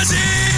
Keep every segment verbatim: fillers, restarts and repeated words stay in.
Balázsék!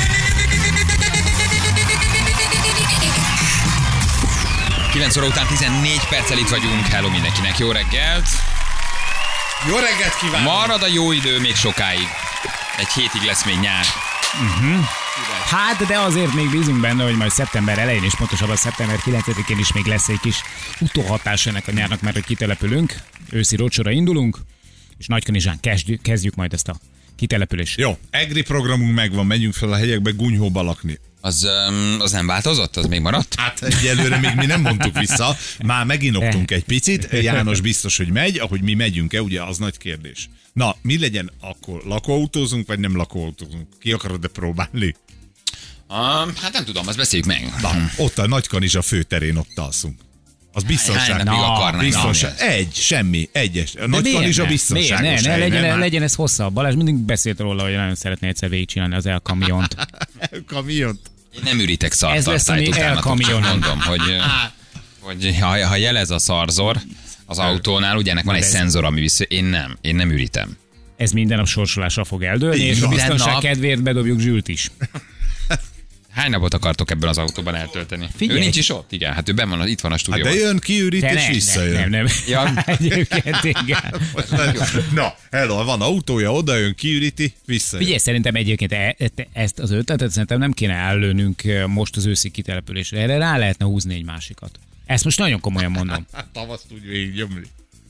kilenc óra után tizennégy perccel itt vagyunk. Hello mindenkinek, jó reggelt! Jó reggelt kívánok! Marad a jó idő még sokáig. Egy hétig lesz még nyár. Uh-huh. Hát, de azért még bízunk benne, hogy majd szeptember elején, és pontosabban szeptember kilencedikén is még lesz egy kis utóhatás ennek a nyárnak, mert hogy kitelepülünk, őszi rocsora indulunk, és Nagykanizsán kezdjük, kezdjük majd ezt a kitelepülést. Jó, egri programunk megvan, megyünk fel a hegyekbe Gunyhóba lakni. Az, um, az nem változott? Az még maradt? Hát egyelőre még mi nem mondtuk vissza, már meginoktunk egy picit, János biztos, hogy megy, ahogy mi megyünk-e, ugye az nagy kérdés. Na, mi legyen akkor? Lakóautózunk, vagy nem lakóautózunk? Ki akarod-e próbálni? Um, hát nem tudom, azt beszéljük meg. Na, ott a Nagykanizsa főterén ott alszunk. Az biztonság. Hány napig akarnánk? Biztonság. Egy, semmi, egyes. A Nagykanizsa biztonságos. Miért? Ne, ne, hely, legyen, nem? legyen ez hosszabb. Balázs mindig beszélt róla, hogy nagyon szeretné egyszer végigcsinálni az elkamiont. Kamiont. Én nem ürítek Ez lesz a szartartályt mi utánatok, csak elkamionom. mondom, hogy, hogy ha, ha jelez a szarzor az autónál, ugye ennek van egy ez- szenzor, ami vissza, én nem, én nem ürítem. Ez minden nap sorsolásra fog eldőlni, Így és a van. biztonság Minden nap. kedvéért bedobjuk Zsült is. Hány napot akartok ebben az autóban eltölteni? Figyelj. Ő nincs is ott? Igen, hát ő benn van, itt van a Hát stúdióban. de jön, kiürít Te és ne, visszajön. nem, nem, nem. Ja. Egyébként igen. Na, hello, van autója, oda jön, kiüríti, visszajön. Figyelj, szerintem egyébként e- e- ezt az ötletet szerintem nem kéne ellőnünk most az őszi kitelepülésre. Erre rá lehetne húzni egy másikat. Ezt most nagyon komolyan mondom. Hát tavaszt úgy végig gyomli.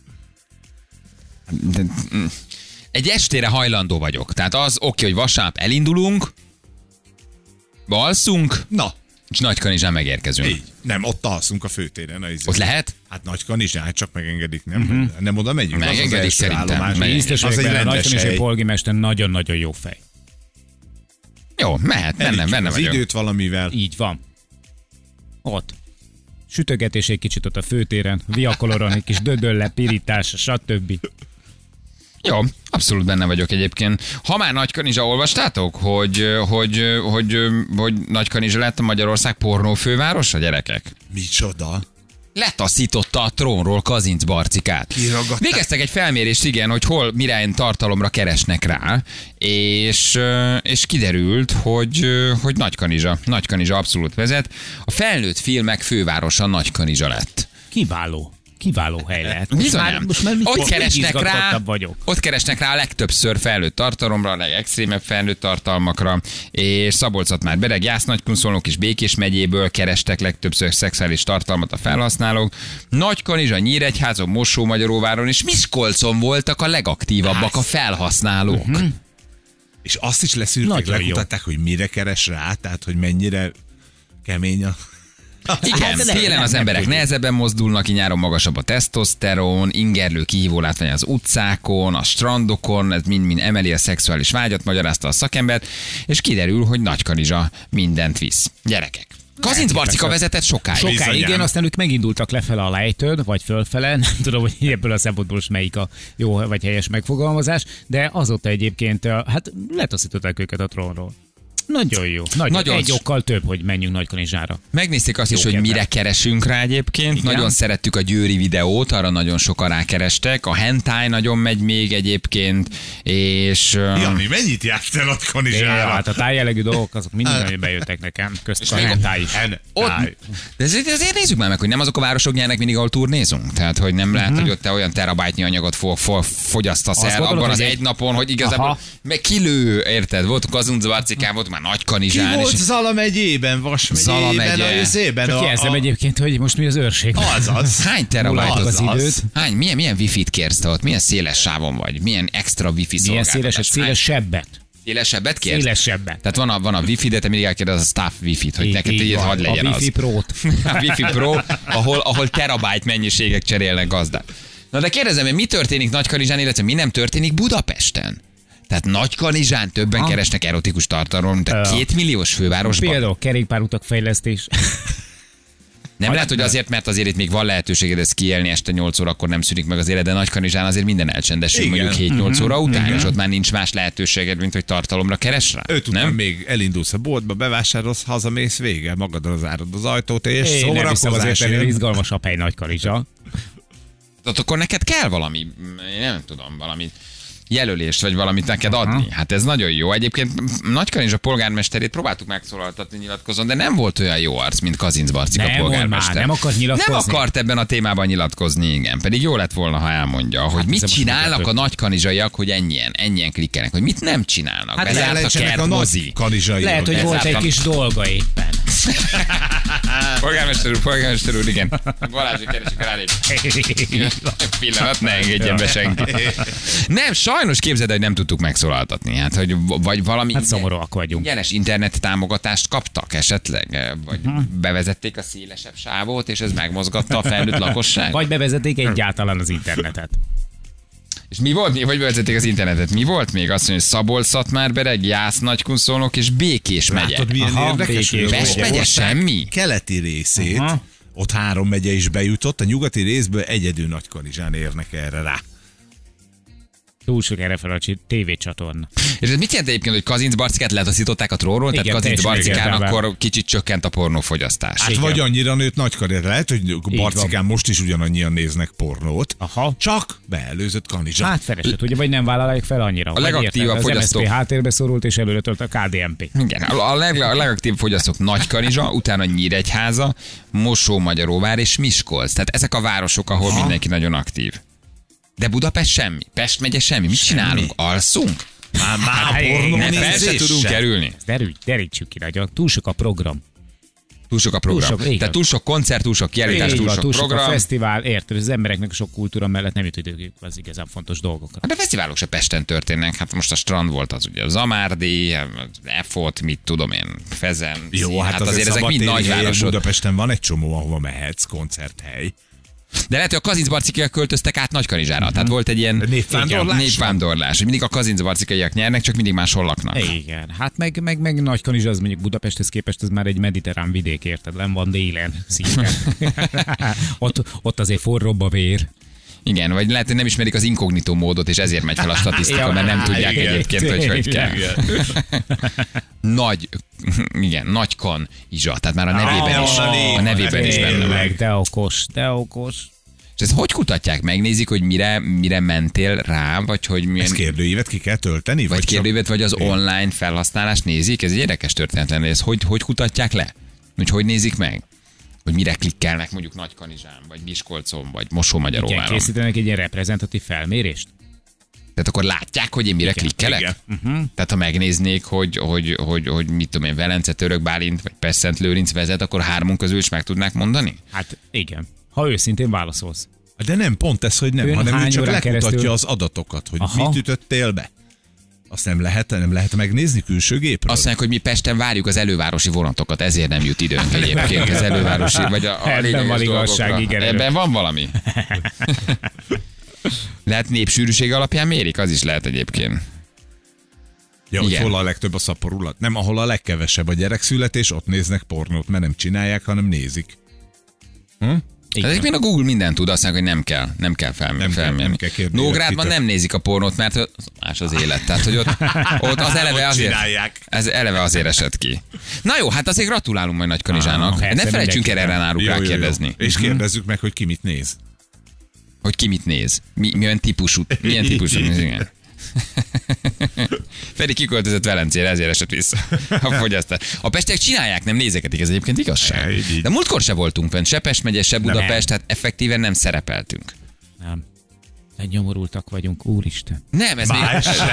De, mm, egy estére hajlandó vagyok. Tehát az oké, hogy vasárnap elindulunk, alszunk, Na, és Nagykanizsán megérkezünk. így. Nem, ott alszunk a főtéren. A izé. Ott lehet? Hát Nagykanizsán, hát csak megengedik, nem? Uh-huh. Nem oda megyünk? Az az Megengedik első szerintem. állomás. Megengedik. Biztos Az vagyok egy benne, rendes Nagykanizsai hely. polgármester nagyon-nagyon jó fej. Jó, mehet, bennem, Elítjük benne az vagyok. időt valamivel. Így van. Ott. Sütögetés egy kicsit ott a főtéren, viakoloron, egy kis dödölle, pirítás, stb. Jó, abszolút benne vagyok egyébként. Ha már Nagykanizsa, olvastátok, hogy, hogy, hogy, hogy Nagykanizsa lett a Magyarország pornófővárosa, gyerekek? Micsoda? Letaszította a trónról Kazinc Barcikát. Kiragadták. Végeztek egy felmérést, igen, hogy hol, mire tartalomra keresnek rá, és, és kiderült, hogy, hogy Nagykanizsa, Nagykanizsa abszolút vezet. A felnőtt filmek fővárosa Nagykanizsa lett. Kiváló. Kiváló hely lehet. Most Bizony. már, most már mit ott még keresnek rá, izgatottabb vagyok. ott keresnek rá a legtöbbször felnőtt tartalomra, a legextrémebb felnőtt tartalmakra, és Szabolcs-Szatmár-Bereg, Jász-Nagykunszolnok és Békés megyéből kerestek legtöbbször szexuális tartalmat a felhasználók. Nagykanizsa, Nyíregyházon, Mosómagyaróváron és Miskolcon voltak a legaktívabbak a felhasználók. Mhm. És azt is leszűrték, Nagyon jó. lekutatták, hogy mire keres rá, tehát hogy mennyire kemény a... Igen, Hát, nem- télen nem- az nem emberek tudjuk. nehezebben mozdulnak ki, nyáron magasabb a tesztoszteron, ingerlő kihívó látvány az utcákon, a strandokon, ez mind-mind emeli a szexuális vágyat, magyarázta a szakembert, és kiderül, hogy Nagykanizsa mindent visz. Gyerekek. Kazinc Barcika vezetett sokáig. Sokáig, Bizonyám. igen, aztán ők megindultak lefele a lejtőn, vagy fölfele, nem tudom, hogy ebből a szempontból is melyik a jó vagy helyes megfogalmazás, de azóta egyébként, hát letaszították őket a trónról. Nagyon jó. Nagyon. Nagyon Egy s- okkal több, hogy menjünk Nagykanizsára. Megnézték azt Jó is, hogy kedvel. mire keresünk rá egyébként. Igen. Nagyon szerettük a Győri videót, arra nagyon sokan rákerestek. A hentai nagyon megy még egyébként, és... Jani, mennyit jársz el ott Ja, Kanizsára? hát a tájjellegű dolgok, azok mindig nagyon bejöttek nekem, közt a még a- hentai is. Hen- Ott, Táj. de ezért, ezért nézzük már meg, hogy nem azok a városok nyernek mindig, ahol turnézunk. Tehát, hogy nem lehet, hogy ott te olyan terabájtnyi anyagot fo- fo- fogyasztasz Azt el gondolod, abban az hogy egy egy- napon, hogy igazából Aha. meg kilő, érted? Voltunk Kazinc Barcikán, voltunk már Ki Nagykanizsán, volt és Zala megyében, Vas Zala megyében, megye. a izében, Csak a, jelzem a, egyébként, hogy most mi az őrség. azaz. hány terabájt Múláltuk az az. időt. Hány, milyen, milyen wifi-t kérsz te ott? Milyen széles sávon vagy? Milyen extra wifi Milyen szolgáltatás? széleset, szélesebbet. Hány szélesebbet kérsz? Szélesebbet. Tehát van a, van a wifi, de te mindig elkérdez a staff wifi-t, hogy Így- neked így ilyet van. hadd legyen a az. Wi-Fi Pro-t. A Wi-Fi Pro, ahol, ahol terabájt mennyiségek cserélnek gazdát. Na de kérdezem, hogy mi történik Nagykanizsán, illetve mi nem történik Budapesten? Tehát Nagykanizsán többen Ha. keresnek erotikus tartalom, mint a Ja. két milliós fővárosban. Például kerékpárutak fejlesztés. Nem lehet, hogy azért, mert azért itt még van lehetőséged ezt kiélni este nyolc órakor nem szűnik meg az élet, de Nagykanizsán azért minden elcsendesül Igen. mondjuk hét-nyolc óra után, Igen. és ott már nincs más lehetőséged, mint hogy tartalomra keres rá. Öt után Nem? még elindulsz a boltba, bevásárolsz, hazamész, vége, magadra zárod az ajtót, és Én nem hiszem, szórakozás azért ennél jön. izgalmasabb hely Nagykanizsa. Tehát akkor neked kell valami, én nem tudom, valami jelölést, vagy valamit neked adni. Hát ez nagyon jó. Egyébként Nagykanizsa polgármesterét próbáltuk megszólaltatni, nyilatkozon, de nem volt olyan jó arc, mint Kazinc Barcika Nem, polgármester. már, nem akart nyilatkozni. Nem akart ebben a témában nyilatkozni, igen. Pedig jó lett volna, ha elmondja, hogy Hát mit ez most csinálnak meglepő. a nagykanizsaiak, hogy ennyien, ennyien klikkelnek, hogy mit nem csinálnak. Hát Bezárt a Jelentsenek a kertmozi. nagy kanizsai. Lehet, hogy volt egy Bezártam. kis dolga éppen. Polgármester úr, polgármester úr, igen. Balázsik keresik rá pillanat, ne engedjen be senki. Nem, sajnos képzeld, hogy nem tudtuk megszólaltatni. Hát, hogy vagy valami Hát szomorúak vagyunk. ingyenes internet támogatást kaptak esetleg? Vagy bevezették a szélesebb sávot, és ez megmozgatta a felnőtt lakosság? Vagy bevezették egyáltalán az internetet. És mi volt? Mi, hogy bevezették az internetet? Mi volt még? Azt mondja, hogy Szabolcs-Szatmár-Bereg, Jász-Nagykunszolnok és Békés megye. Látod, milyen Aha, érdekes, hogy Békés az Pest megye ország semmi? keleti részét, Aha. ott három megye is bejutott, a nyugati részből egyedül Nagykanizsán érnek erre rá. Túl sok erre fel a csi- tévécsatorna. És ez mit jelent egyébként, hogy Kazinc Barcikát letaszították a trónról? Tehát Igen, Kazinc teljesen Barcikán egyértelműen. akkor kicsit csökkent a pornófogyasztás. Hát Igen. vagy annyira nőtt Nagykanizsán, lehet, hogy van. Barcikán most is ugyanannyian néznek pornót, Aha. csak beelőzött Kanizsa. Hát feleset, ugye, vagy nem vállalják fel annyira. A legaktívabb fogyasztók. Az em es zé fogyasztók. háttérbe szorult, és előre tölt a ká dé en pé. Igen, a, leg, a legaktívabb fogyasztók Nagykanizsa, utána Nyíregyháza, Mosó-Magyaróvár és Miskolc. Tehát ezek a városok, ahol Aha. mindenki nagyon aktív. De Budapest semmi. Pest megye semmi. Mit csinálunk? Alszunk? Már, már Hát, pornó Ne, fel se nézés tudunk sem. kerülni. Derülj, derítsük ki nagyon. Túl sok a program. Túl sok a program. Túl sok, igen. Tehát túl sok koncert, túl sok kiállítás, Így túl van, sok túl sok a program. fesztivál, érted? Az embereknek sok kultúra mellett nem jut időjük az igazán fontos dolgokra. Hát a fesztiválok se Pesten történnek. Hát most a strand volt az ugye a Zamárdi, az Efot, mit tudom én, Fezen. Jó, hát, hát azért, azért ezek mind szabadtéri helyek nagyvárosok. Budapesten van egy csomó, ahova mehetsz, koncerthely. De lehet, hogy a Kazinc Barcikaiak költöztek át Nagykanizsára. Tehát volt egy ilyen Népvándorlás? népvándorlás, hogy mindig a Kazinc Barcikaiak nyernek, csak mindig máshol laknak. Igen, hát meg, meg, meg Nagykanizsa, az mondjuk Budapesthez képest, ez már egy mediterrán vidék, érted? Nem van délen szinte. ott, ott azért forróbb a vér. Igen, vagy lehet, hogy nem ismerik az inkognitó módot, és ezért megy fel a statisztika, mert nem tudják igen. egyébként, hogy hogy kell. Igen. Nagy, igen, nagy kan izsa, tehát már a nevében is, Ah, a nevében is benne van. Tényleg, de okos, de okos. És ezt hogy kutatják? Megnézik, hogy mire, mire mentél rá, vagy hogy milyen... Ezt kérdőívet ki kell tölteni? Vagy csak- kérdőívet, vagy az online felhasználást nézik? Ez egy érdekes történet lenne. Ezt hogy, hogy kutatják le? Hogy hogy nézik meg? Hogy mire klikkelnek mondjuk Nagykanizsán, vagy Miskolcon, vagy Igen, Mosó-Magyaróváron. készítenek egy ilyen reprezentatív felmérést? Tehát akkor látják, hogy én mire Igen, klikkelek? igen. Uh-huh. Tehát ha megnéznék, hogy, hogy, hogy, hogy mit tudom én, Velence, Török Bálint, vagy Pest Lőrinc vezet, akkor hármunk közül is meg tudnák mondani? Hát igen. Ha őszintén válaszolsz. De nem pont ez, hogy nem, Ön hanem ő hány csak órán lekutatja keresztül- az adatokat, hogy Aha. mit ütöttél be. Azt nem lehet, nem lehet megnézni külső gépről. Azt mondják, hogy mi Pesten várjuk az elővárosi vonatokat, ezért nem jut időnk egyébként az elővárosi, vagy a, a Ebben lényeges van igazság, dolgokra. igen. Ebben van valami. Lehet népsűrűség alapján mérik? Az is lehet egyébként. Ja, hogy igen. hol a legtöbb a szaporulat? Nem, ahol a legkevesebb a gyerekszületés, ott néznek pornót, mert nem csinálják, hanem nézik. Hm? Ezek mind a Google mindent tud, azt mondják, hogy nem kell, nem kell felmérni. Nem kell, felmérni. nem kell kérdőívet Nógrádban kitört. nem nézik a pornót, mert az más az élet. Tehát, hogy ott, ott az eleve Ott azért, csinálják. ez eleve azért esett ki. Na jó, hát azért gratulálunk majd Nagykanizsának. Ah, persze, Ne felejtsünk erre mindenkinek. náluk Jó, jó, jó. rákérdezni. És kérdezzük meg, hogy ki mit néz. Hogy ki mit néz. Mi, milyen típusú, milyen típusú néz, igen. Feri kiköltözött Velencére, ezért esett vissza a fogyasztás. A pestiek csinálják, nem nézegetik, ez egyébként igazság. Így, így. De múltkor se voltunk fent, se Pest megye, se Budapest, tehát effektíven nem szerepeltünk. Nem. De nyomorultak vagyunk, úristen. Nem, ez Más. még...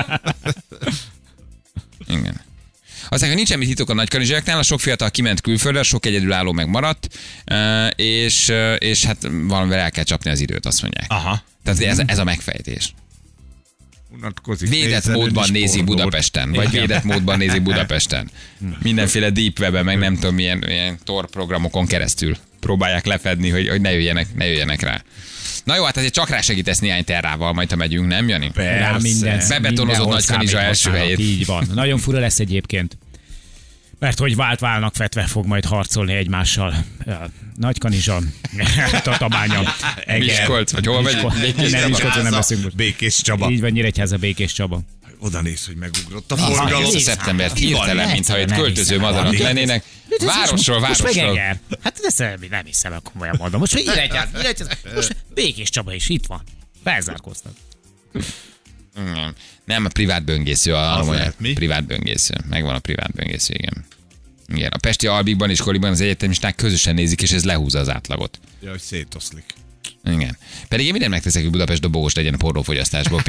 Igen. Aztán, hogy nincs semmi titok a Nagykanizsáknál, a sok fiatal kiment külföldre, sok egyedülálló meg maradt, eh, és, eh, és hát valamivel el kell csapni az időt, azt mondják. Aha. Tehát ez, ez a megfejtés. Unatkozik. Védett Nézzen ön módban is nézi pornót. Budapesten, vagy védett módban nézi Budapesten. Mindenféle deep webben, meg nem tudom, milyen, milyen tor programokon keresztül próbálják lefedni, hogy, hogy ne jöjjenek, ne jöjjenek rá. Na jó, hát azért csak rá segítesz néhány terrával, majd ha megyünk, nem, Jani? Rá Persze. minden, Bebetonozott mindenhol Nagykanizsa első számít helyét. Így van. Nagyon fura lesz egyébként. Mert hogy vált válnak fetve fog majd harcolni egymással. Nagykanizsa, Tatabánya, Eger. Miskolc, vagy hol Miskolc. vagy? Békés Nem, Csaba. Miskolcon nem beszélünk most. Békés Csaba. Így van, Nyíregyháza, Békés Csaba. Oda néz, hogy megugrott a Nézd meg forgalom. ezt a Nézd, szeptembert hát, hirtelen, van, mintha itt nem költöző hiszem, madarak van. lennének. Városról, Most meg városról. Eger. Hát ezt nem, nem hiszem, hogy komolyan mondom. Most Nyíregyháza, Nyíregyháza. Most Békés Csaba is itt van. Felzárkóztak. Nem, nem a privát böngésző, a, Az a lehet, mi? privát böngésző. Megvan a privát böngésző, igen. Igen, a pesti albikban és koliban az egyetemisták közösen nézik, és ez lehúzza az átlagot. Ja, hogy szétoszlik. Igen. Pedig én mindent megteszek, hogy Budapest dobogós legyen a pornófogyasztásból.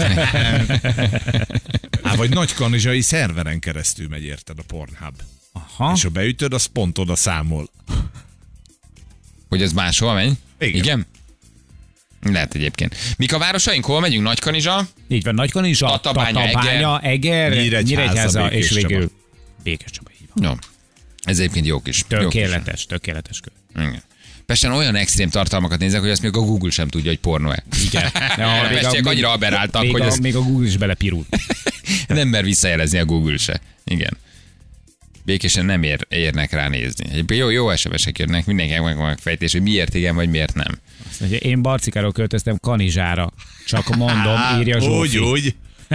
Á, vagy nagykanizsai szerveren keresztül megy, érted, a Pornhub. Aha. És ha beütöd, az pont oda számol. Hogy ez máshol megy? Igen. Igen? Lehet egyébként. Mik a városaink? Hol megyünk? Nagykanizsa? Így van, Nagykanizsa, Tatabánya, Tatabánya, Eger, Nyíregyháza, Nyíregyháza, és Békéscsaba. végül Békéscsaba. Így van. Jó. Ez egyébként jó kis. jó kis. Tökéletes, tökéletes kör. Igen. Pesten olyan extrém tartalmakat nézek, hogy azt még a Google sem tudja, hogy pornó-e. Igen. A pestiek annyira aberráltak, még hogy a, ez még a Google is belepirul. nem mer visszajelezni a Google se. Igen. Békésen nem ér, érnek rá nézni. Egyébként jó, jó es em esek jönnek, mindenkinek meg van fejtés, hogy miért igen, vagy miért nem. Azt mondja, én Barcikáról költöztem Kanizsára. Csak mondom, írja Zsófi. Úgy, úgy.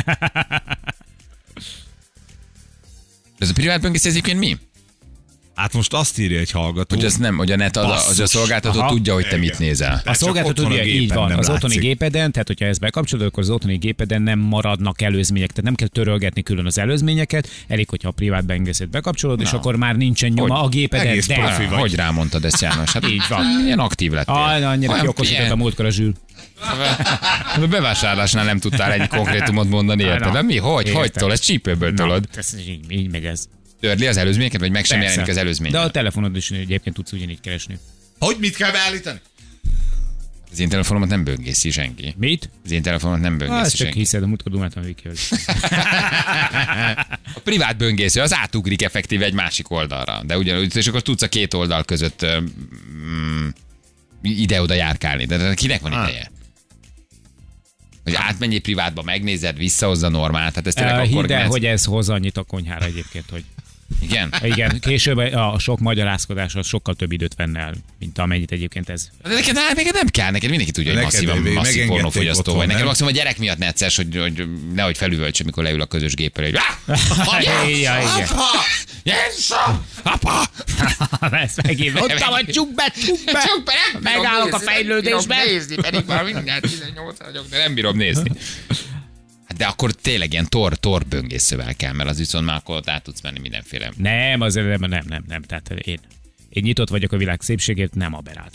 Ez a privát böngésző egyébként mi? Hát most azt írja egy hallgató. Hogy az nem, hogy a net, az, az a Basszus. szolgáltató Aha. tudja, hogy te mit Igen. nézel. A szolgáltató otthon a tudja, így gépen van, nem az látszik. otthoni gépeden, tehát hogyha ezt bekapcsolod, akkor az otthoni gépeden nem maradnak előzmények, tehát nem kell törölgetni külön az előzményeket, elég, hogyha a privát böngészőt bekapcsolod, és akkor már nincsen nyoma Hogy? a gépeden. Egész De profi vagy. Hogy rámondtad ezt, János? Hát Így van. Ilyen aktív lettél. Ah, annyira Olyan kiokosított a ilyen- múltkor a Zsül. A bevásárlásnál nem tudtál egy konkrétumot mondani, érted? De mi? Hogy? Értem. Hogy tol? Ez csípőből tolod. Na, ez így, így meg ez. Törli az előzményeket, vagy meg sem Persze. jelenik az előzmény? De a telefonod is egyébként tudsz ugyanígy keresni. Hogy mit kell beállítani? Az én telefonomat nem böngészi senki. Mit? Az én telefonomat nem Ah, ezt böngészi csak senki. hiszed, a múltkor dumáltam a Vikivel. A privát böngésző az átugrik effektíve egy másik oldalra. De ugyanúgy, és akkor tudsz a két oldal között ö, mm, ide-oda járkálni. De kinek van Ah. ideje? Hogy átmenjél privátba, megnézed, visszahozza normál. Tehát ez tényleg Uh, akkor... Hidd el, ez- hogy ez hoz annyit a konyhára egyébként, hogy Igen? igen, később a sok magyarázkodás az sokkal több időt venne el, mint amennyit egyébként ez. De neked, á, neked nem kell, neked mindenki tudja, hogy Neked masszívan, még masszív megengedték pornófogyasztó otthon, vagy. Neked nem? maximum a gyerek miatt necces, hogy, hogy nehogy felüvölts, amikor leül a közös géppel, hogy Ja, igen. apa! Jézusom! Apa! Ez megint mondtam, hogy csuk be, csuk be! Csak be, nem bírom Megállok a nézni, fejlődésben. Nem bírom nézni, pedig már mindjárt tizennyolc vagyok, de nem bírom nézni. Hát de akkor tényleg ilyen tor, tor böngészővel kell, mert az viszont már akkor át tudsz menni mindenféle. Nem, azért nem, nem, nem, nem. Tehát én, én nyitott vagyok a világ szépségért, nem aberált.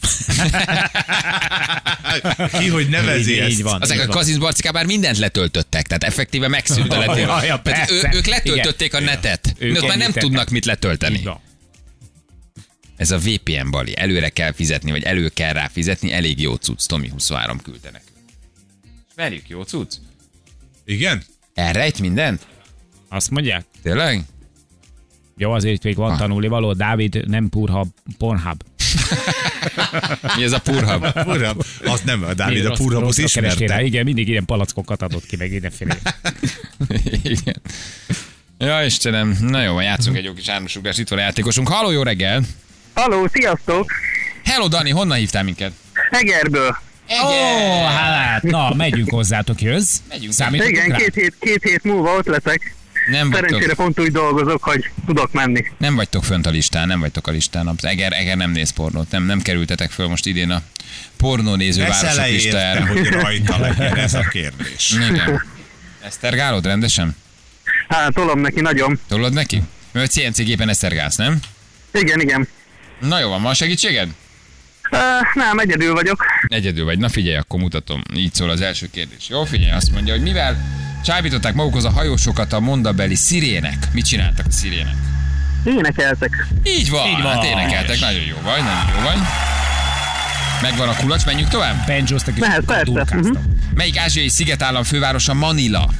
Ki, hogy nevezi Így- ezt? így van. Azek a kazincbarcikák már mindent letöltöttek, tehát effektíve megszűnt a Ja, letél. ja, Tehát ő, persze. ők letöltötték a netet. Ők Ők már nem enyhítettek. tudnak mit letölteni. Így van. Ez a vé pé en bali. Előre kell fizetni, vagy elő kell rá fizetni. Elég jó cucc. Tomi huszonhárom küldte nekünk. Verjük, jó cucc? Igen? Elrejt mindent? Azt mondják? Tényleg? Jó, azért itt még van Ah. tanulni való. Dávid nem Purhab, Pornhub. Mi ez a purhab? Uram, az nem, a Dávid a Rossz- purhabot rosszra kerestél rá. ismerte. Igen, mindig ilyen palackokat adott ki, meg mindenféle. Igen. Ja, Istenem. Na jó, játszunk egy jó kis ármusugrás. Itt van a játékosunk. Halló, jó reggel! Halló, sziasztok! Hello, Dani, honnan hívtál minket? Egerből. Ó, hát, na, megyünk hozzátok, jössz? Megyünk. Számítotok Igen, rá? két hét, két hét múlva ott leszek. Nem Szerencsére vagytok, pont úgy dolgozok, hogy tudok menni. nem vagytok fönt a listán, nem vagytok a listán. Az Eger, Eger nem néz pornót, nem, nem kerültetek föl most idén a pornónéző Leszel városok érte, listájára. hogy rajta legyen ez a kérdés. Igen. Esztergálod rendesen? Hát, tolom neki nagyon. Tolod neki? Mert cé en cé gépen esztergálsz, nem? Igen, igen. Na jó van, van segítséged? Uh, nem, egyedül vagyok. Egyedül vagy. Na figyelj, akkor mutatom. Így szól az első kérdés. Jó, figyelj, azt mondja, hogy mivel csábították magukhoz a hajósokat a mondabeli szirének. Mit csináltak a szirének? Énekeltek. Így van, Így van. hát énekeltek. Nagyon jó vagy, nagyon jó vagy. Megvan a kulacs, menjünk tovább? Banjoztak és Mehet, persze. durkáztak. Melyik ázsiai szigetállam fővárosa Manila?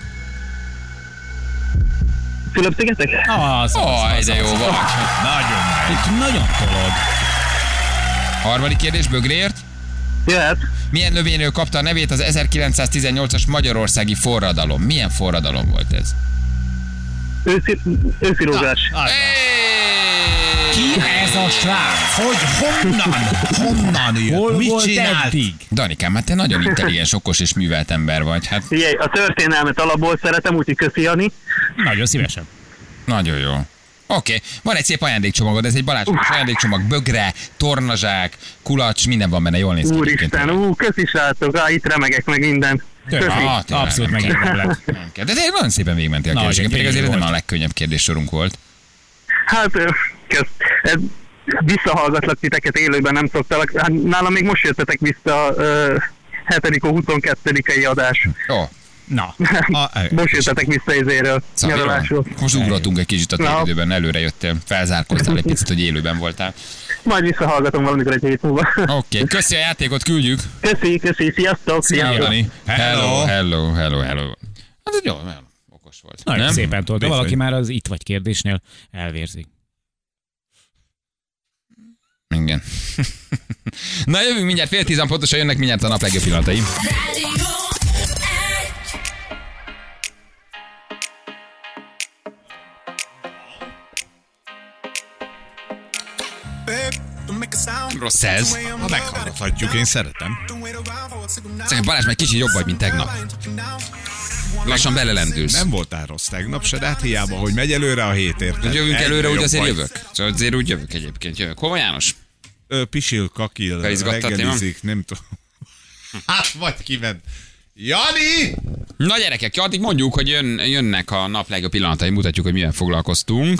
Fülöp-szigetek? Az, az, Aj, az, de az, jó az. vagy. Nagyon meg. Itt nagyon tolod. Harmadik kérdés, bögréért. Jöhet. Milyen növényről kapta a nevét az ezerkilencszáztizennyolcas magyarországi forradalom? Milyen forradalom volt ez? Őszi, őszi rózsás. Ki ez a srác? Hogy honnan? Honnan jött? Hol Mit volt csinált? eddig? Danikám, hát te nagyon intelligens, okos és művelt ember vagy. Hát Figyelj, a történelmet alapból szeretem, úgyhogy köszi, Jani. Nagyon szívesen. nagyon jó. Oké, okay. Van egy szép ajándékcsomagod, ez egy Balázs ajándékcsomag, bögre, tornazsák, kulacs, minden van benne, jól néz ki. Úristen, egyébként. ú, köszi srácok, á, itt remegek meg minden. Tök, Ah, tényleg, abszolút nem megérdem kell. lett. Nem kell. De tényleg nagyon szépen végigmentél a Na, kérdéseket, igen, pedig azért gyönyörű nem a volt. legkönnyebb kérdéssorunk volt. Hát, ö, kösz, ez, visszahallgatlak titeket élőben, nem szoktalak. Hát, nálam még most jöttetek vissza a hetedik huszonkettődikei adás. Jó. Na, A, Most jöttetek vissza izéről, Szóval nyaralásról. most ugratunk egy kicsit a Na. téridőben, előre jöttél, felzárkóztál egy picit, hogy élőben voltál. Majd visszahallgatom valamikor egy hét múlva. Oké, okay. Köszi a játékot, küldjük. Köszi, köszi, sziasztok! Szia, sziasztok. Dani. Hello, Hello. hello, hello, hello. Hát jó, nagyon okos volt. nagyon nem? szépen tolta. Bizony. Valaki már az itt vagy kérdésnél elvérzik. Igen. Na jövünk mindjárt, fél tízan pontosan jönnek mindjárt a nap legjobb pillanatai. Rossz ez. ha meghallgathatjuk, én szeretem. Szerintem Balázs már kicsit jobb vagy, mint tegnap. Lassan belelendülsz. Nem voltál rossz tegnap se, de hát hiába, hogy megy előre a hét, érted? Jövünk Egyre előre, úgy jobb azért vagy. jövök. Szóval azért úgy jövök egyébként, jövök. Hova János? Ö, pisil, kakil, Felizgatta a téma? reggelizik, nem tudom. Hát vagy kiment. Jani! Na gyerekek, addig mondjuk, hogy jön, jönnek a nap legjobb pillanatai, mutatjuk, hogy mivel foglalkoztunk.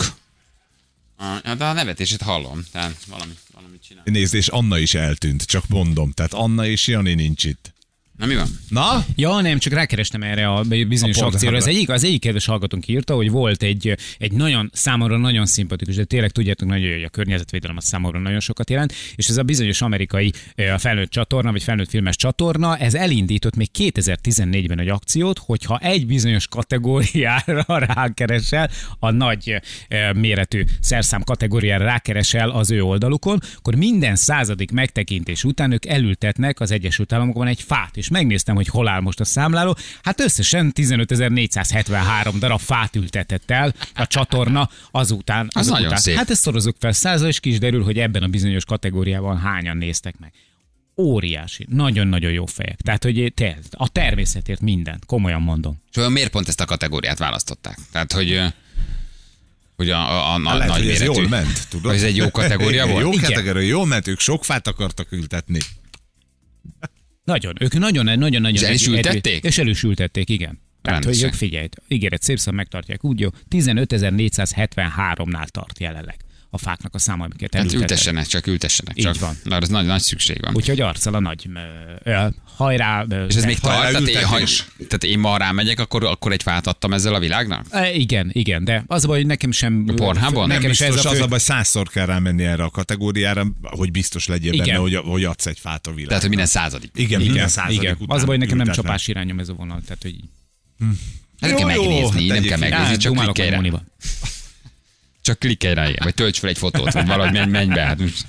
Ah, de a nevetését hallom, tehát valami, valamit csinál. Nézd, és Anna is eltűnt, csak mondom. Tehát Anna és Jani nincs itt. Na mi van? Na? Ja, nem, csak rákerestem erre a bizonyos A akcióra. Az pornhubra. egyik, az egyik kedves hallgatónk írta, hogy volt egy, egy nagyon, számomra nagyon szimpatikus, de tényleg tudjátok nagyon, hogy a környezetvédelem az számomra nagyon sokat jelent, és ez a bizonyos amerikai a felnőtt csatorna, vagy felnőtt filmes csatorna, ez elindított még kétezer-tizennégyben egy akciót, hogyha egy bizonyos kategóriára rákeresel, a nagy eh, méretű szerszám kategóriára rákeresel az ő oldalukon, akkor minden századik megtekintés után ők elültetnek az Egyesült Államokban egy fát, és megnéztem, hogy hol áll most a számláló. Hát összesen tizenötezer-négyszázhetvenhárom darab fát ültetett el a csatorna azután. Az nagyon után. szép. Hát ezt szorozzuk fel százal, és ki is derül, hogy ebben a bizonyos kategóriában hányan néztek meg. Óriási, nagyon-nagyon jó fejek. Tehát, hogy te, a természetért mindent, komolyan mondom. És olyan miért pont ezt a kategóriát választották? Tehát, hogy, ö, hogy a, a, a, a Lehet, nagy hogy ez méretű. jól ment, tudod? Hogy ez egy jó kategória volt? Jó Igen. kategória, jól ment, ők sok fát akartak ültetni. Nagyon, ők nagyon-nagyon-nagyon... És el is ültették? És el is ültették, igen. Tehát, hogy Rendesen. ők figyelj, ígéret szép szem megtartják, úgy jó, tizenötezer-négyszázhetvenháromnál tart jelenleg a fáknak a száma, amiket Hát elültettek. ültessenek, csak ültessenek. Így Csak. van. Na, az nagy, nagy szükség van. Úgyhogy arccal a nagy ö, ö, hajrá. Ö, És ez még Ha tart? Tehát én, ha, elültetés. tehát én ma rámegyek, akkor, akkor egy fát adtam ezzel a világnak? E, igen, igen, de az a baj, hogy nekem sem... A Pornhubon? Nem Nekem is biztos, ez a az fő... a baj, százszor kell rámenni erre a kategóriára, hogy biztos legyél Igen. benne, hogy, hogy adsz egy fát a világnak. Tehát, hogy minden századik. Igen, minden Igen, századik igen. után Az a baj, nekem nem ültetnek. csapás irányom ez a vonal, tehát hogy... Hát nem Jó, kell jó, megnézni, hát nem kell egyébként. megnézni, csak dumálok klikkelj meg rá. Móniba. Csak klikkelj rá, ilyen, vagy tölts fel egy fotót, vagy valahogy menj, menj be. Hát. most.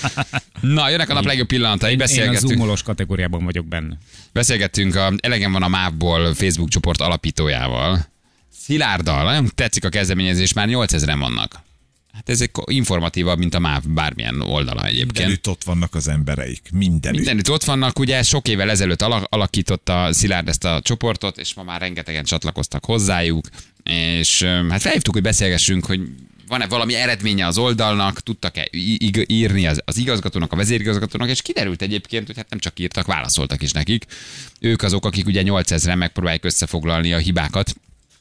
Na, jönnek a nap legjobb pillanatai, Én a beszélgettünk. zoomolós kategóriában vagyok benne. Beszélgettünk, a, elegem van a mávból Facebook csoport alapítójával. Szilárddal, nagyon tetszik a kezdeményezés, már nyolcezren vannak. Hát ez egy informatívabb, mint a MÁV bármilyen oldala egyébként. Mindenütt ott vannak az embereik. Mindenütt. Mindenütt ott vannak, ugye sok évvel ezelőtt alakította Szilárd ezt a csoportot, és ma már rengetegen csatlakoztak hozzájuk, és öm, hát felhívtuk, hogy beszélgessünk, hogy van-e valami eredménye az oldalnak, tudtak-e í- írni az, az igazgatónak, a vezérigazgatónak, és kiderült egyébként, hogy hát nem csak írtak, válaszoltak is nekik. Ők azok, akik ugye nyolcezren megpróbálják összefoglalni a hibákat,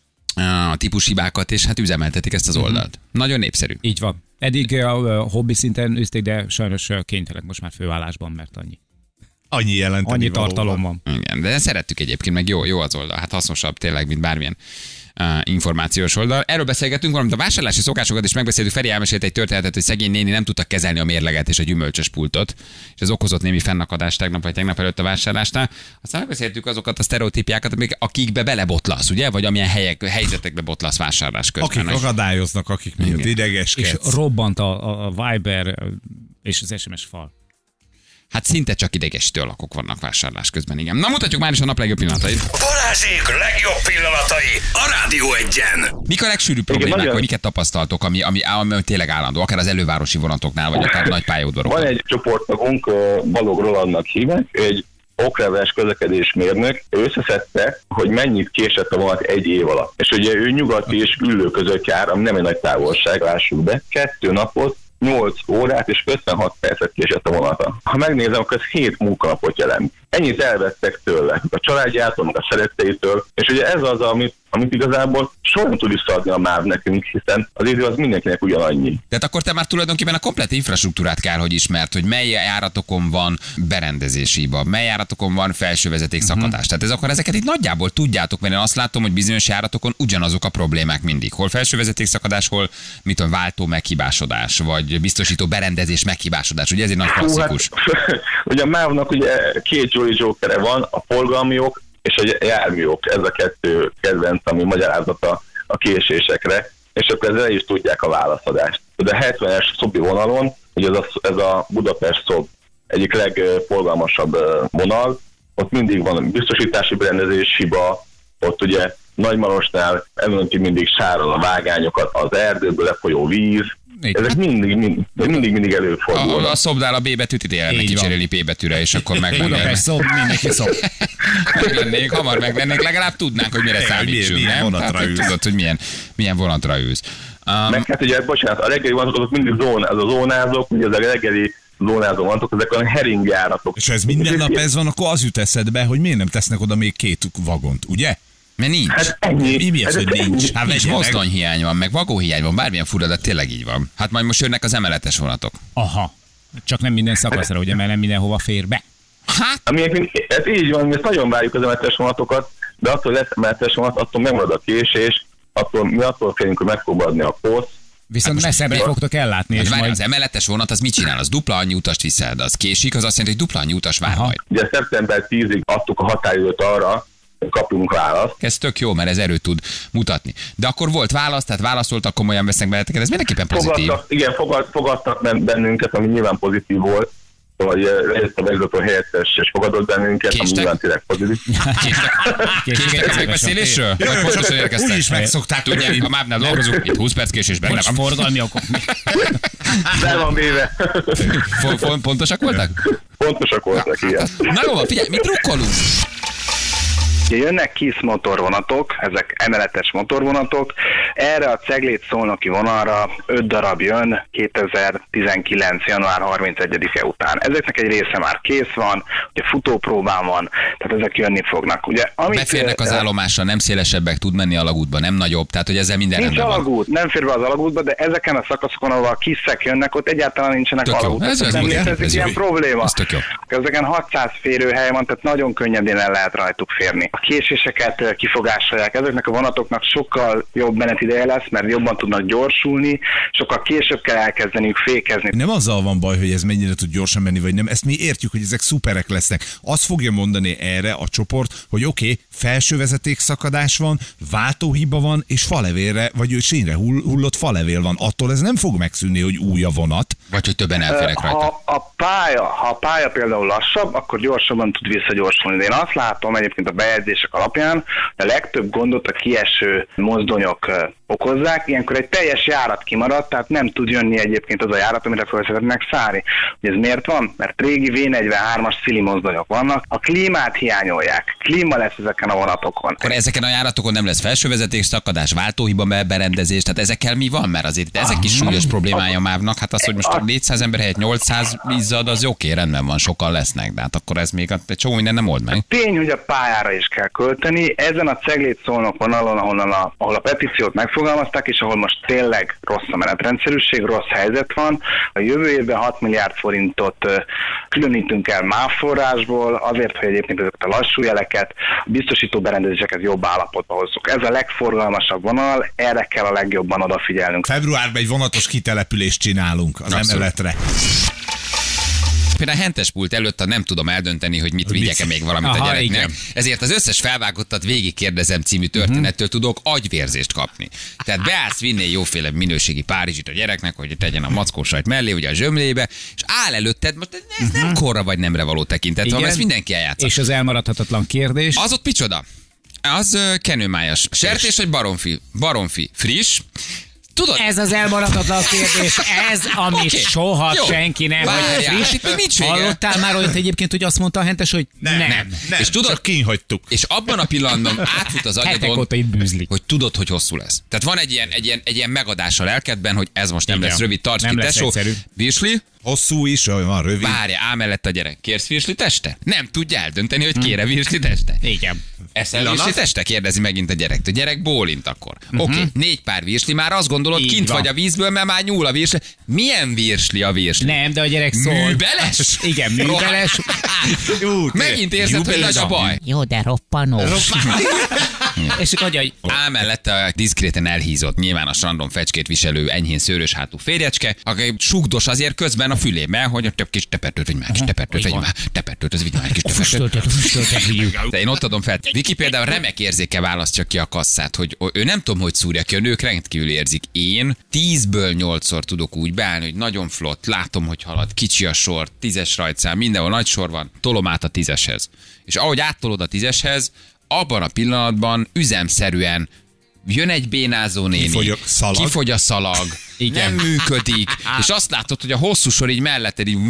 a típushibákat, és hát üzemeltetik ezt az oldalt. Nagyon népszerű. Így van. Eddig a, a hobbi szinten üzték, de sajnos kénytelenek most már főállásban, mert annyi. Annyi jelenteni Annyi való tartalom van. van. Igen, de szerettük egyébként, meg jó, jó az oldal. Hát hasznosabb tényleg, mint bármilyen uh, információs oldal. Erről beszélgetünk, valamint a vásárlási szokásokat is megbeszéltük. Feri elmesélt egy történetet, hogy szegény néni nem tudta kezelni a mérleget és a gyümölcsös pultot, és ez okozott némi fennakadást tegnap vagy tegnap előtt a vásárlásnál. Aztán megbeszéltük azokat a sztereotípiákat, amik, akikbe belebotlasz, ugye? Vagy amilyen helyek, helyzetekbe botlasz vásárlás közben. Akik akadályoznak, akik miatt Igen. idegeskedsz. És robbant a, a, a Viber és az es em es fal. Hát szinte csak idegesítő alakok vannak vásárlás közben, igen. Na mutatjuk már is a nap legjobb pillanatait. Balázsék legjobb pillanatai a Rádió Egyen. Mik a legsűrűbb problémák, nagyon- vagy miket tapasztaltok, ami, ami, ami tényleg állandó, akár az elővárosi vonatoknál, vagy akár nagy pályaudvarokon? Van egy csoporttagunk, ö, Balog Rolandnak hívják, egy okleveles közlekedésmérnök, ő összeszedte, hogy mennyit késett a vonat egy év alatt. És ugye ő nyugati és Üllő között jár, ami nem egy nagy távolság, lássuk be. Kettő napot, nyolc órát és ötvenhat percet késett a vonata. Ha megnézem, akkor ez hét munkanapot jelent. Ennyit elvettek tőle, a családjától, a szeretteitől, és ugye ez az, amit, amit igazából soha nem tud visszaadni a MÁV nekünk, hiszen az idő az mindenkinek ugyanannyi. Tehát akkor te már tulajdonképpen a komplet infrastruktúrát kell, hogy ismert, hogy mely járatokon van berendezési hiba, mely járatokon van felsővezeték szakadás. Uh-huh. Tehát ez akkor ezeket itt nagyjából tudjátok, mert én azt látom, hogy bizonyos járatokon ugyanazok a problémák mindig. Hol felsővezeték szakadás, hol mit tudom, váltó meghibásodás, vagy biztosító berendezés meghibásodás. Ugye ez egy nagy klasszikus. Hát, ugye a MÁV-nak ugye két Jolly Jokere van, a forgalmi jog és a járműjog. Ez a kettő kedvenc, ami magyarázata a késésekre, és akkor ezzel is tudják a válaszadást. De a hetvenes Szobi vonalon, ugye ez a, ez a Budapest-Szob egyik legforgalmasabb vonal, ott mindig van biztosítási berendezés hiba, ott ugye Nagymarosnál elmondjuk mindig sárol a vágányokat, az erdőből lefolyó víz, igen. Ezek mindig, mindig, mindig, mindig előfordulnak. A, a szobnál a B betűt ide el neki cserélni P betűre, és akkor meglennék. Budapest szob, mindenki szob. Meglennék, hamar meglennék, legalább tudnánk, hogy mire számítsunk. Milyen vonatra ülsz. Tudod, hogy milyen, milyen vonatra ülsz. Um, Meg hát ugye, bocsánat, a reggeli vonatok azok mindig zón, az a zónázók, ugye az a reggeli zónázó vonatok, ezek a heringjáratok. És ha ez minden nap ez van, akkor az jut eszedbe, hogy miért nem tesznek oda még két vagont, ugye? Mert nincs. Hát ennyi. Mi, mi az, ez hogy nincs? Hát nincs mozdonyhiány van, meg vagóhiány van, bármilyen fura, de tényleg így van. Hát majd most jönnek az emeletes vonatok. Aha. Csak nem minden szakaszra, ugye, mert nem mindenhova fér be. Hát? Ami, ez így van, mi ezt nagyon várjuk az emeletes vonatokat, de attól lesz emeletes vonat, attól megmarad a késés, attól, mi attól félünk, hogy meg fog adni a poszt. Viszont hát messzebbre fogtok ellátni. És várj, majd... Az emeletes vonat az mit csinál? Az dupla annyi utast viszel, de az késik, az azt jelenti, hogy dupla annyi utas vár majd. Ugye szeptember tízig adtuk a határidőt arra, hogy kapjunk választ. Ez tök jó, mert ez erőt tud mutatni. De akkor volt válasz, tehát válaszoltak, komolyan vesznek beleteket, ez mindenképpen pozitív. Fogadtak, igen, fogad, fogadtak bennünket, ami nyilván pozitív volt. Vagy ezt a vezető helyettes és fogadott bennünket, ami nyilván tényleg pozitív. Késtek a megbeszélésről? Vagy pontosan érkeztek? Úgy is megszokták. Tudják, a MÁV-nál dolgozunk, itt húsz perc késésben. Bocs, forgalmi okok. De van véve. Pontosak voltak? Pontosak voltak, igen. Na jó, figyelj, mi drukkolunk? Jönnek KISZ motorvonatok, ezek emeletes motorvonatok. Erre a Ceglét-Szolnoki vonalra öt darab jön kétezer-tizenkilenc. január harmincegyedike után. Ezeknek egy része már kész van, ugye futópróbán van, tehát ezek jönni fognak. Ugye, amit beférnek az állomásra, nem szélesebbek, tud menni alagútba, nem nagyobb, tehát hogy ezzel minden nincs rendben alagút, van. Nem fér be az alagútba, de ezeken a szakaszokon, ahol a kiszek jönnek, ott egyáltalán nincsenek alagútok. Ez, ez nem létezik ilyen probléma. Ez tök jó. Ezeken hatszáz férőhely van, tehát nagyon könnyedén el lehet rajtuk férni. A késéseket kifogásolják. Ezeknek a vonatoknak sokkal jobb menetideje lesz, mert jobban tudnak gyorsulni, sokkal később kell elkezdeniük fékezni. Nem azzal van baj, hogy ez mennyire tud gyorsan menni, vagy nem. Ezt mi értjük, hogy ezek szuperek lesznek. Azt fogja mondani erre a csoport, hogy oké, okay, felsővezeték szakadás van, váltóhiba van, és falevélre, vagy sínre hull, hullott falevél van. Attól ez nem fog megszűnni, hogy új a vonat. Vagy hogy többen elférek rajta. Ha a pálya, ha a pálya például lassabb, akkor gyorsabban tud visszagyorsulni. De én azt látom egyébként a bejegyzések alapján, a legtöbb gondot a kieső mozdonyok okozzák, ilyenkor egy teljes járat kimaradt, tehát nem tud jönni egyébként az a járat, amire fel szeretnének szállni. Ugye ez miért van? Mert régi vé negyvenhármas szili mozdonyok vannak, a klímát hiányolják. Klíma lesz ezeken a vonatokon. Akkor ezeken a járatokon nem lesz felsővezeték szakadás, váltóhiba berendezés, tehát ezekkel mi van? Mert azért ezek is súlyos problémája mávnak. Hát az, hogy most négyszáz ember helyett nyolcszáz izzad, az oké, rendben van, sokan lesznek, de hát akkor ez még egy csomó minden nem old meg. Tény, hogy a pályára is kell költeni. Ezen a Ceglét-Szolnok vonalon, ahol a, ahol a petíciót megfogalmazták, és ahol most tényleg rossz a menetrendszerűség, rossz helyzet van. A jövő évben hat milliárd forintot különítünk el MÁV forrásból, azért, hogy egyébként ezeket a lassú jeleket, a biztosító berendezéseket jobb állapotba hozzuk. Ez a legforgalmasabb vonal, erre kell a legjobban odafigyelnünk. Februárban egy vonatos kitelepülést csinálunk az Abszolút. emeletre. Például a hentespult előtt nem tudom eldönteni, hogy mit vigyek-e még valamit Aha, a gyereknek. Igen. Ezért az összes felvágottat végig kérdezem című történettől tudok agyvérzést kapni. Tehát beállsz vinni egy jóféle minőségi Párizsit a gyereknek, hogy tegyen a mackósajt mellé, ugye a zsömlébe, és áll előtted, most ez nem korra vagy nemre való tekintet, van, ezt mindenki eljátsza. És az elmaradhatatlan kérdés. Az ott micsoda? Az uh, kenőmájas. Sertés vagy baromfi? Baromfi. Friss. Tudod? Ez az elmaradhatatlan kérdés, ez, amit Oké. soha Jó. senki nem hagyja Várjál, friss. itt még nincs vége. Hallottál már olyat egyébként, hogy azt mondta a hentes, hogy nem. Nem, nem. nem. És tudod- csak kihagytuk. És abban a pillanatban átfut az Hetek agyadon, óta itt bűzlik. hogy tudod, hogy hosszú lesz. Tehát van egy ilyen, egy ilyen, egy ilyen megadás a lelkedben, hogy ez most nem Igen. lesz rövid, tarts Nem ki, lesz tesó. egyszerű. Virsli, Hosszú is, van rövid. várja, ám mellett a gyerek. Kérsz virsli teste? Nem tudja eldönteni, hogy kére virsli teste. Igen. Eszel Pillanat. virsli teste? Kérdezi megint a gyerek. A gyerek bólint akkor. Oké, okay, négy pár virsli, már azt gondolod, Így kint van. vagy a vízből, mert már nyúl a virsli. Milyen virsli a virsli? Nem, de a gyerek szól. Műbeles? Igen, műbeles. Jó, Megint érzed, hogy nagy a baj. Jó, de roppanós. És akkor adja, hogy Á, mellette a diszkréten elhízott, nyilván a strandon fecskét viselő, enyhén szőrös hátú férjecske, aki sugdos azért közben a fülébe, hogy a több kis tepertőt, vagy már kis tepertőt, vagy már tepertőt, az vigyem már kis tepertőt. füstöltet, füstöltet vigyük. De én ott adom fel. Viki például remek érzéke választja ki a kasszát, hogy ő nem tudom, hogy szúrja ki, a nők rendkívül érzik. Én tízből nyolcszor tudok úgy beállni, hogy nagyon flott, látom, hogy halad, kicsi a sor, tízes rajtszám, mindenhol nagy sor van, tolom át a tízeshez. És ahogy áttolod a tízeshez, abban a pillanatban üzemszerűen jön egy bénázó néni, Kifogy a szalag. kifogy a szalag, nem működik, és azt látod, hogy a hosszú sor így melletted így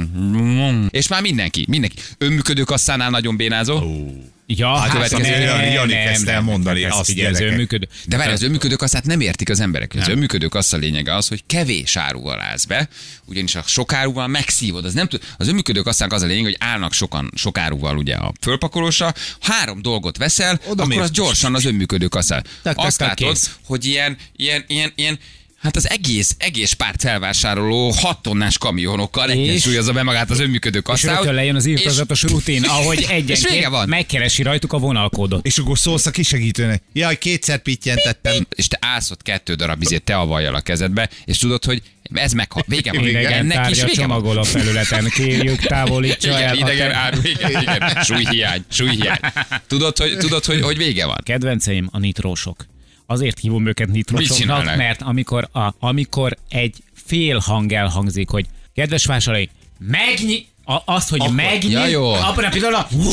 és már mindenki, mindenki. Önműködő kasszánál nagyon bénázó. Ja, Hát következő- Jani- nem, Jani nem, kezdte el nem, mondani nem, azt, figyelj, az gyerekek. önműködő. De várj, az önműködő kasszát nem értik az emberek. Az önműködő kassa lényege az, hogy kevés áruval állsz be, ugyanis a sok áruval megszívod. Az, nem tud, az önműködő kasszának az a lényeg, hogy állnak sokan, sok áruval ugye a fölpakolósra, három dolgot veszel, Oda akkor mész. az gyorsan az önműködő kasszál. tak, Azt tak, látod, kész. hogy ilyen, ilyen, ilyen, ilyen hát az egész, egész párt felvásároló hat tonnás kamionokkal egyensúlyozza be magát az önműködő És kasszához. rögtön lejön az írtozatos rutin, ahogy és vége egyenként van. megkeresi rajtuk a vonalkódot. És akkor szólsz a kisegítőnek. Jaj, kétszer pittyentettem. És te állsz ott kettő darab izét te avajjal a kezedbe, és tudod, hogy ez meghal. Vége van. Idegen Ennek is tárgya vége van. csomagol a felületen. Kérjük, távolítsa el. Igen, a idegen ke- áru, igen, igen. Súlyhiány, súlyhiány. Tudod, hogy, tudod hogy, hogy vége van? Kedvenceim a nitrósok. Azért hívom őket Mit nitrósoknak, csinálnak? mert amikor, a, amikor egy fél hang elhangzik, hogy kedves vásárlói, megnyit, azt, hogy megnyit, ja, jó. abban a pillanatban,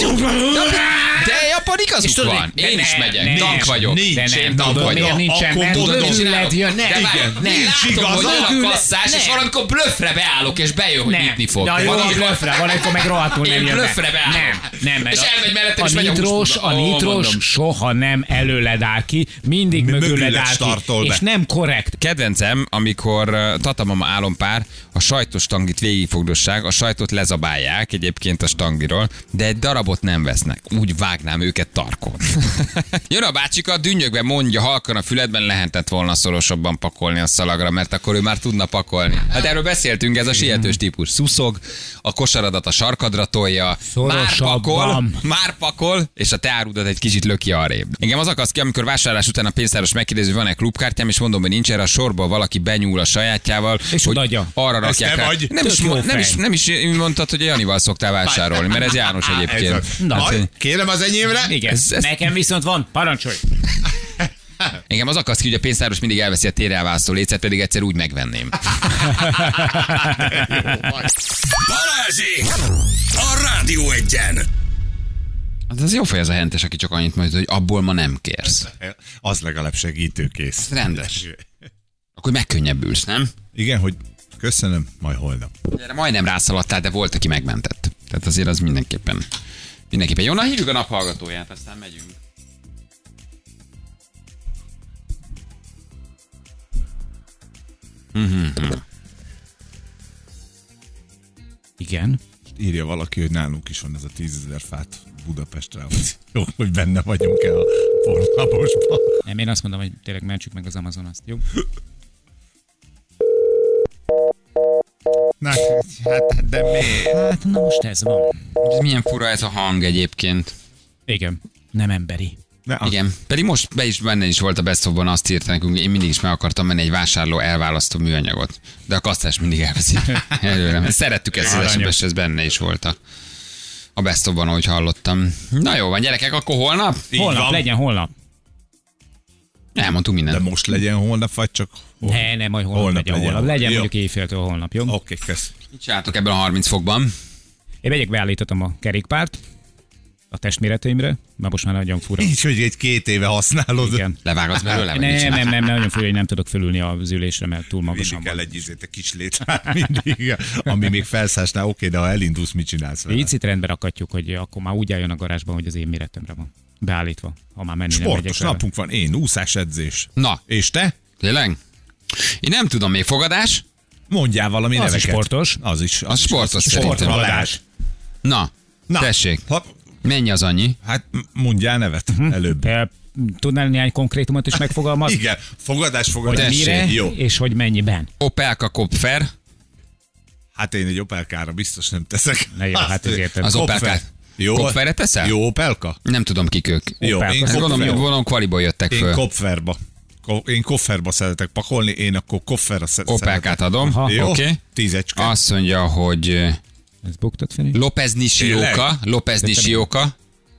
De Japan És igazuk tudod, van. de Én is nem, megyek. nem, Tank vagyok. nincs. de Én nem, tank tudod, vagyok. miért nincsen, Akkor mert tudod, mit mögüled csinálok? jön, De nem, várj, nem, én látom, hogy jön a mögüled- kasszás, és nem. valamikor blöffre beállok, és bejön, hogy Nem. nyitni fog. Na jó, Van, a amikor- blöffre, van, amikor meg rohadtul nem Én jön be. blöffre beállok. Nem, nem, mert És a- elmegy mellettem, és a megy a nitros, húsba. a Ó, nitros mondom. soha nem előled áll ki, mindig Mi- mögüled mögüled áll startol ki, be. és nem korrekt. Kedvencem, amikor uh, tatamama álompár a sajtos stangit végigfogdosság, a sajtot lezabálják egyébként a stangiról, de egy darabot nem vesznek. Úgy vágnám őket tarkon. Jön a bácsika, dünnyögve mondja halkan a füledben, lehetett volna szorosabban pakolni a szalagra, mert akkor ő már tudna pakolni. Hát erről beszéltünk, ez a sietős típus. Szuszog, a kosaradat a sarkadra tolja, már Szorosabban. pakol, már pakol, és a te árudat egy kicsit löki arrébb. Engem az akasz ki, amikor vásárlás után a pénztáros megkérdezi, hogy van-e klubkártyám, és mondom, hogy nincs, erre a sorból valaki benyúl a sajátjával, És hogy odaadja. arra Ez rakják te rá. vagy? Nem is, Tök jó mo- nem, is, fej. nem is mondtad, hogy a Janival szoktál vásárolni, mert ez János egyébként. Ez a- Na, Majd, hát, kérem az enyémre. Igen, Ez- ez- nekem viszont van, parancsolj. Engem az akasz ki, hogy a pénztáros mindig elveszi a térre elválasztó lécet, pedig egyszer úgy megvenném. Balázsék! A Rádió Egyen! Hát ez jó fej ez a hentes, aki csak annyit mondja, hogy abból ma nem kérsz. Az legalább segítőkész. Rendes. Akkor megkönnyebbülsz, nem? Igen, hogy köszönöm, majd holnap. Erre majdnem rászaladtál, de volt, aki megmentett. Tehát azért az mindenképpen. Mindenképpen. Jó, na hívjuk a naphallgatóját, aztán megyünk. Igen. Írja valaki, hogy nálunk is van ez a tízezer fát Budapestre. Jó, hogy benne vagyunk-e a pornabosban. Nem, én azt mondom, hogy tényleg mentsük meg az Amazon azt, jó? Na, hát, de miért? Hát, na most ez van. Ez milyen fura ez a hang egyébként. Igen, nem emberi. Ne, Igen. Pedig most be is benne is volt a Best of-ban, azt írta nekünk, én mindig is meg akartam menni egy vásárló elválasztó műanyagot. De a kasszás mindig elveszi előre. Szerettük ezt az es em es, ez benne is volt a, a Best of-ban, ahogy hallottam. Na jó van, gyerekek, akkor holnap? Így Holnap, van. legyen holnap. Elmondtunk De mindent. most legyen holnap, vagy csak holnap? Ne, nem, majd holnap, Holnap legyen, legyen. holnap. Legyen Jó. mondjuk éjféltől holnap, jó? Oké, kösz. Mit csináltok ebben a harminc fokban? Én megyek, beállítottam a kerékpárt. a testméreteimre, mert most már nagyon fura. Így, hogy egy két éve használod. Igen. Levágatsz belőle? vagy mit Nem, csinálsz? nem, nem, nem, nagyon fura, hogy nem tudok fölülni az ülésre, mert túl magasan Mindig kell van. egy izét, egy kis létrát mindig, ami még felszásnál, oké, de ha elindulsz, mit csinálsz vele? Így itt rendbe rakatjuk, hogy akkor már úgy álljon a garázsban, hogy az én méretemre van. Beállítva, ha már menni nem megyek Sportos vele. napunk van, én, úszás edzés. Na, És te? tényleg? Én nem tudom, még fogadás? Mondjál valami Az is neveket. sportos. Az is. Az, Az is, sportos az szerintem. sporthalás. Na, Na, tessék. Ha, Mennyi az annyi? hát mondjál nevet előbb. Te tudnál néhány konkrétumot is megfogalmazni? Igen, fogadás, Hogy fogadás. mire Jó. és hogy mennyiben? Opelka Kopfer. Hát én egy Opelkára biztos nem teszek. Na jó, hát ezért Az Kopfer. Opelkát. Jó. Kopferre teszel? Jó Opelka? Nem tudom, kik ők. Jó, Opelka. én Hát Gondolom, Kopfer. gondolom kvaliból jöttek Én föl. Kopferba. Ko- Én Kofferba szeretek pakolni, én akkor Kofferra sze- Opelkát adom. Aha. Jó, Oké. tízecske. Azt mondja, hogy eh, Ez buktad, Feri? López Nishioka. Tényleg? López Nishioka.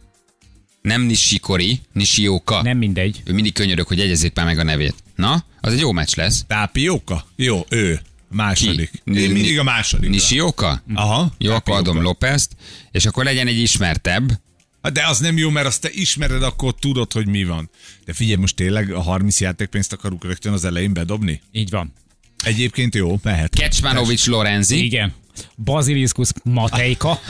Nem Nishikori, Nishioka. Nem mindegy. Ő mindig könyörög, hogy jegyezzék már meg a nevét. Na, az egy jó meccs lesz. Tápióka? Jó, ő. Második. Ki? Én mindig a második. Nishioka? Aha. Jó, akkor Tápióka. adom Lópezt, és akkor legyen egy ismertebb. De az nem jó, mert azt te ismered, akkor tudod, hogy mi van. De figyelj, most tényleg a harminc játékpénzt akarunk rögtön az elején bedobni? Így van. Egyébként jó, mehet. Kecsmanovics Lorenzi. Igen. Baziliszkusz Matejka.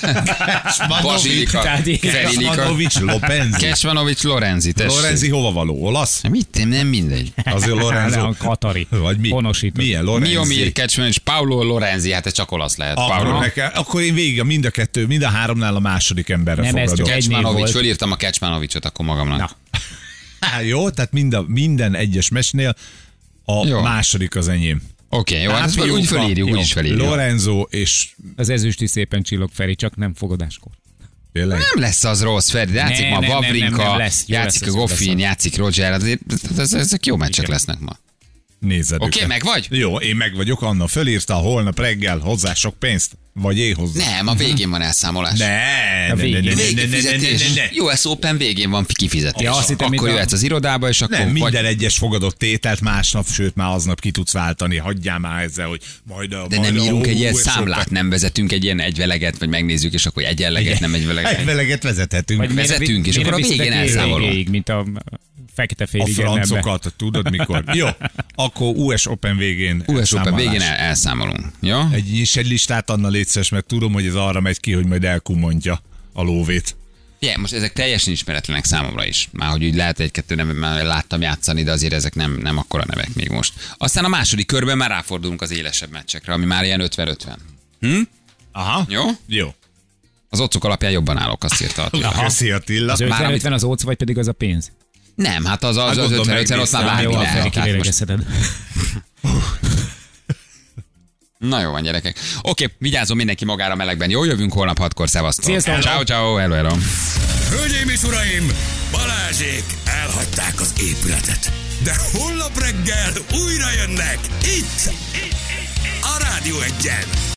Bazsilika. Tehát igen. Ferilika. Manovics, Lopenzi. Kecsmanovics Lorenzi, tessék. Lorenzi hova való? Olasz? Mit? Nem mindegy. Azért Lorenzo. Leon Katari. Vagy mi? Honosító. Milyen Lorenzi? Miomir Kecsmanovics, Paulo Lorenzi, hát ez csak olasz lehet. Akkor, Paulo. nekem, akkor én végig mind a kettő, mind a háromnál a második emberre Nem, ez fogadok. csak egy név Kecsmanovics, volt. fölírtam a Kecsmanovicsot akkor magamnak. Na. Há, jó, tehát mind a, minden egyes mesnél a Jó. második az enyém. Oké, jó, hát ezt Tápióka, úgy fölírjuk, jó. úgy is felírjuk. Lorenzo és Az ezüsti szépen csillog, Feri, csak nem fogadáskor. tényleg. Nem lesz az rossz, Feri. Játszik Nem, ma nem, nem, Wawrinka, nem, nem, lesz, jó játszik lesz, a ez, jó Goffin, lesz. játszik Roger, azért ez- ezek jó meccsek Igen. lesznek ma. Nézed Oké, őket. meg vagy? Jó, én meg vagyok, Anna fölírta holnap reggel hozzá sok pénzt, vagy én hozzá. Nem, a végén van elszámolás. Ne, ne, ne, ne, végén. ne, ne, Végén ne, ne, ne, fizetés. ne, ne. U S Open végén van kifizetés. Ja, azt hittem, akkor mint a- jöhetsz az irodába, és akkor Nem, vagy- minden egyes fogadott tételt másnap, sőt már aznap ki tudsz váltani. Hagyjál már ezzel, hogy majd a De majd nem a- írunk egy ilyen és számlát, sokkal- nem vezetünk egy ilyen egyveleget, vagy megnézzük, és akkor egyenleget, nem egyveleget. Egyveleget vezethetünk. Vagy miért Vezetünk, és miért akkor a viszitek végén végig, elszámolunk. végig, mint a fekete A félig ebbe. francokat, tudod mikor? Jó, akkor U S Open végén U S Open elszámolás. végén el, elszámolunk. Jó? Egy, és egy listát Anna létszes, mert tudom, hogy ez arra megy ki, hogy majd elkumontja a lóvét. Yeah, most ezek teljesen ismeretlenek számomra is. Már hogy úgy lehet egy-kettő nem már láttam játszani, de azért ezek nem, nem akkora nevek még most. Aztán a második körben már ráfordulunk az élesebb meccsekre, ami már ilyen ötven-ötven. Hm? Aha. Jó? Jó. Az otcok alapján jobban állok, azt írta Attila. Köszi Attila. Az Már amit- ötven-ötven az óc, vagy pedig az a pénz? Nem, hát az az, Hát az gondolom, ötven-ötven, ott már megnéztem. bármi Jó, a lehet. Feri Tehát most- kivéregezheted. Na jó van, gyerekek. Oké, vigyázzon mindenki magára melegben. Jó, jövünk holnap hatkor, szevasztok. Sziasztok. Ciao, ciao, hello, hello. Hölgyeim és uraim, Balázsék elhagyták az épületet. De holnap reggel újra jönnek itt, a Rádió Egyen.